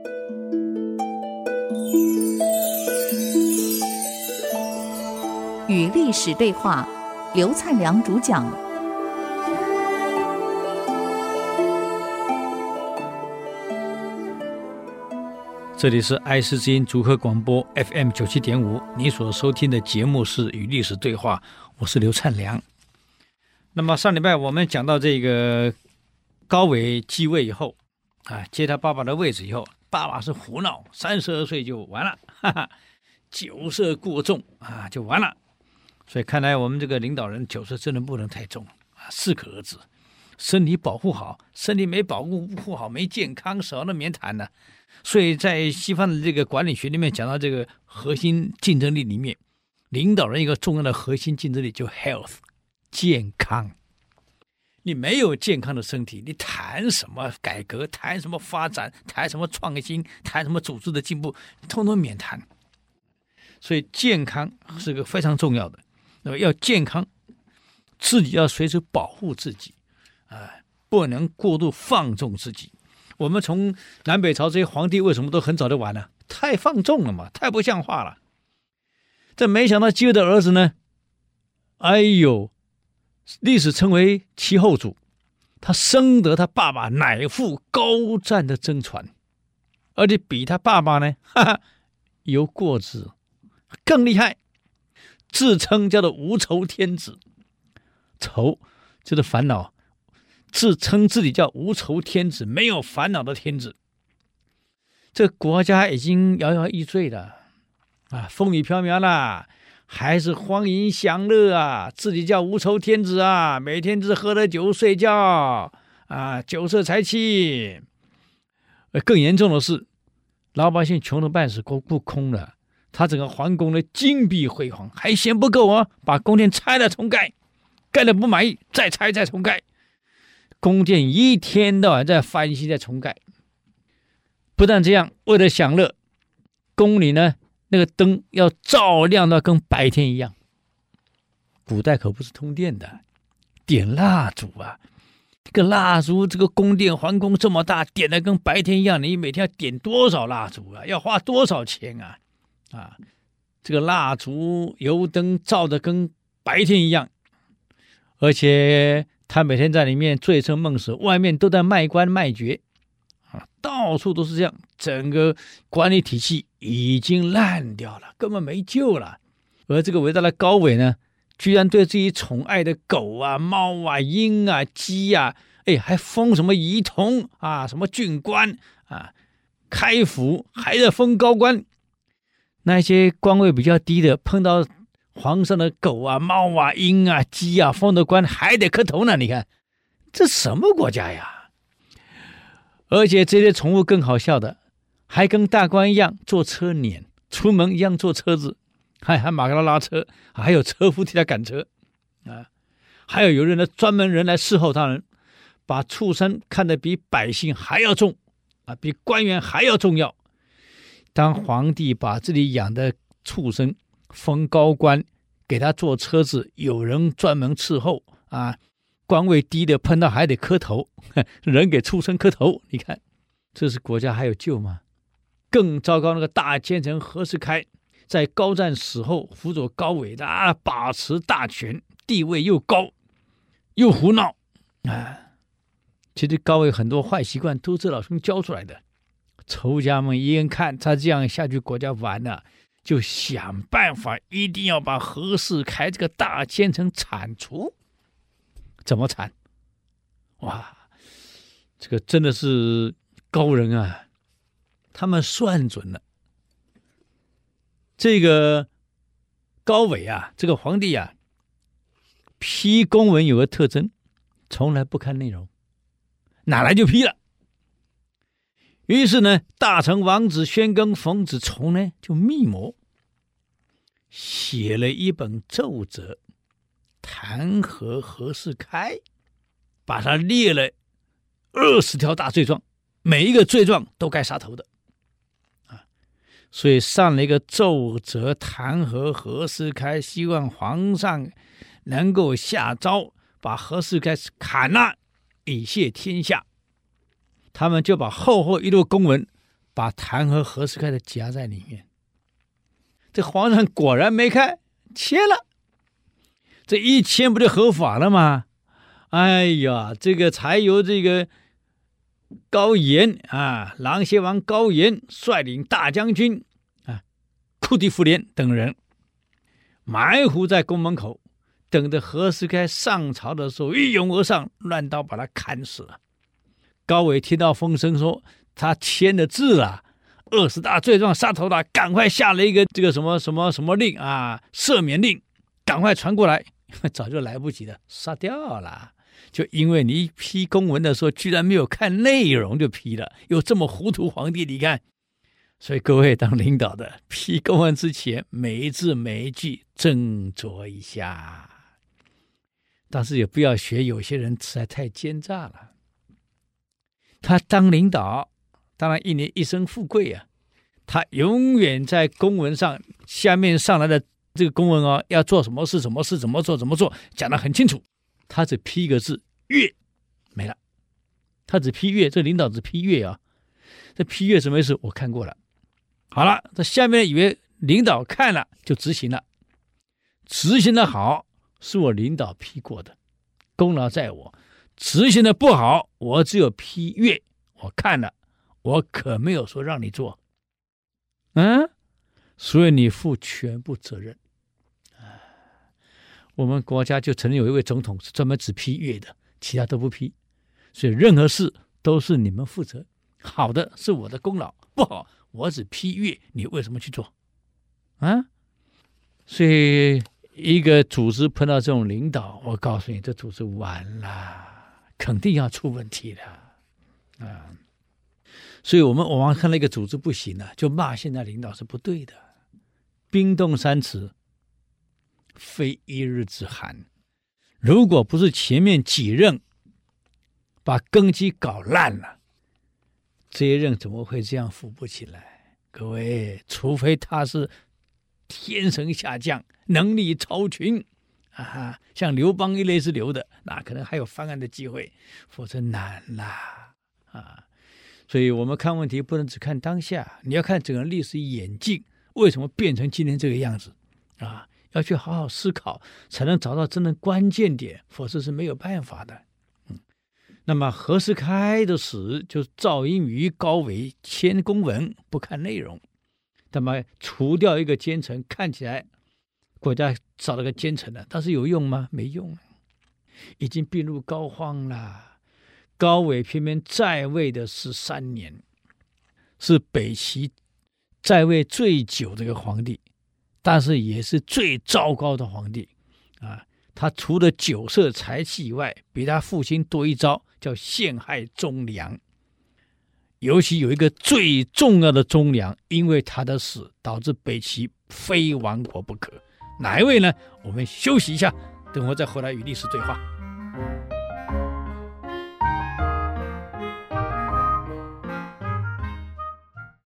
与历史对话，刘灿良主讲。 这里是爱思之音竹科广播 FM 97.5，你所收听的节目是与历史对话，我是刘灿良。那么上礼拜我们讲到这个高纬继位以后接他爸爸的位置以后，爸爸是胡闹，32岁就完了，酒色过重就完了。所以看来我们这个领导人酒色真的不能太重，适可而止，身体保护好，身体没保护好没健康，少了免谈了。所以在西方的这个管理学里面讲到这个核心竞争力里面，领导人一个重要的核心竞争力就 health 健康。你没有健康的身体，你谈什么改革，谈什么发展，谈什么创新，谈什么组织的进步，通通免谈。所以健康是个非常重要的。那么要健康，自己要随时保护自己不能过度放纵自己。我们从南北朝这些皇帝为什么都很早就完了？太放纵了嘛，太不像话了。这没想到继位的儿子呢，历史称为其后主，他深得他爸爸乃父高赞的真传，而且比他爸爸呢有过之，更厉害，自称叫做无愁天子。愁就是烦恼，自称自己叫无愁天子，没有烦恼的天子。这国家已经摇摇欲坠了风雨飘渺了，还是欢迎享乐自己叫无愁天子每天只喝了酒睡觉酒色财气。更严重的是，老百姓穷得半死，国库空了，他整个皇宫的金碧辉煌，还嫌不够把宫殿拆了重盖，盖了不满意再拆再重盖，宫殿一天到晚在翻新在重盖。不但这样，为了享乐，宫里呢那个灯要照亮到跟白天一样。古代可不是通电的，点蜡烛这个蜡烛，这个宫殿皇宫这么大，点的跟白天一样，你每天要点多少蜡烛要花多少钱这个蜡烛油灯照的跟白天一样，而且他每天在里面醉生梦死，外面都在卖官卖爵到处都是这样，整个管理体系已经烂掉了，根本没救了。而这个伟大的高纬呢，居然对自己宠爱的狗猫鹰鸡还封什么仪同什么郡官开府，还在封高官。那些官位比较低的，碰到皇上的狗猫鹰鸡封的官还得磕头呢。你看这什么国家呀？而且这些宠物更好笑的，还跟大官一样坐车撵，出门一样坐车子，还马给他拉车，还有车夫替他赶车还有人呢，专门人来侍候他人，把畜生看得比百姓还要重比官员还要重要。当皇帝把自己养的畜生封高官，给他坐车子，有人专门伺候官位低的碰到还得磕头，人给畜生磕头，你看这是国家还有救吗？更糟糕，那个大奸臣何世开在高赞死后辅佐高纬的把持大权，地位又高又胡闹其实高纬很多坏习惯都是老兄教出来的。仇家们一眼看他这样下去国家完了，就想办法一定要把何世开这个大奸臣铲除。怎么铲？这个真的是高人他们算准了。这个高纬这个皇帝批公文有个特征，从来不看内容，哪来就批了。于是呢，大臣王子、宣庚、冯子崇呢就密谋写了一本奏折，弹劾何世开，把他列了20条大罪状，每一个罪状都该杀头的所以上了一个奏折弹劾何世开，希望皇上能够下诏把何世开砍了，以谢天下。他们就把厚厚一摞公文把弹劾何世开的夹在里面。这皇上果然没看，签了。这一签不就合法了吗？哎呀，这个才由这个高岩啊，琅邪王高岩率领大将军啊，库迪福连等人埋伏在宫门口，等着何世开上朝的时候一拥而上，乱刀把他砍死了。高纬听到风声说他签了字了，20大罪状杀头了，赶快下了一个这个什么什么什么令啊，赦免令，赶快传过来。早就来不及了，杀掉了。就因为你批公文的时候居然没有看内容就批了，有这么糊涂皇帝，你看。所以各位当领导的批公文之前，每一字每一句斟酌一下。但是也不要学有些人实在太奸诈了。他当领导当然一年一生富贵啊，他永远在公文上下面上来的这个公文哦，要做什么事什么事怎么做讲得很清楚，他只批一个字月没了。他只批月，这领导只批月啊。这批月什么意思？我看过了。好了，这下面以为领导看了就执行了，执行的好是我领导批过的，功劳在我；执行的不好，我只有批阅，我看了，我可没有说让你做，所以你负全部责任。我们国家就曾经有一位总统是专门只批阅的，其他都不批，所以任何事都是你们负责，好的是我的功劳，不好我只批阅，你为什么去做所以一个组织碰到这种领导，我告诉你，这组织完了，肯定要出问题的所以我们往往看那个组织不行了，就骂现在领导是不对的。冰冻三尺非一日之寒，如果不是前面几任把根基搞烂了，这一任怎么会这样扶不起来？各位，除非他是天神下降，能力超群像刘邦一类是刘的，那可能还有翻案的机会，否则难啦所以我们看问题不能只看当下，你要看整个历史演进，为什么变成今天这个样子要去好好思考，才能找到真正关键点，否则是没有办法的。那么何世开的死就是赵因于高纬签公文不看内容，那么除掉一个奸臣，看起来国家少了个奸臣了，但是有用吗？没用，已经病入膏肓了。高纬偏偏在位的13年，是北齐在位最久的一个皇帝，但是也是最糟糕的皇帝他除了酒色财气以外，比他父亲多一招，叫陷害忠良。尤其有一个最重要的忠良，因为他的死导致北齐非亡国不可。哪一位呢？我们休息一下，等会再回来与历史对话。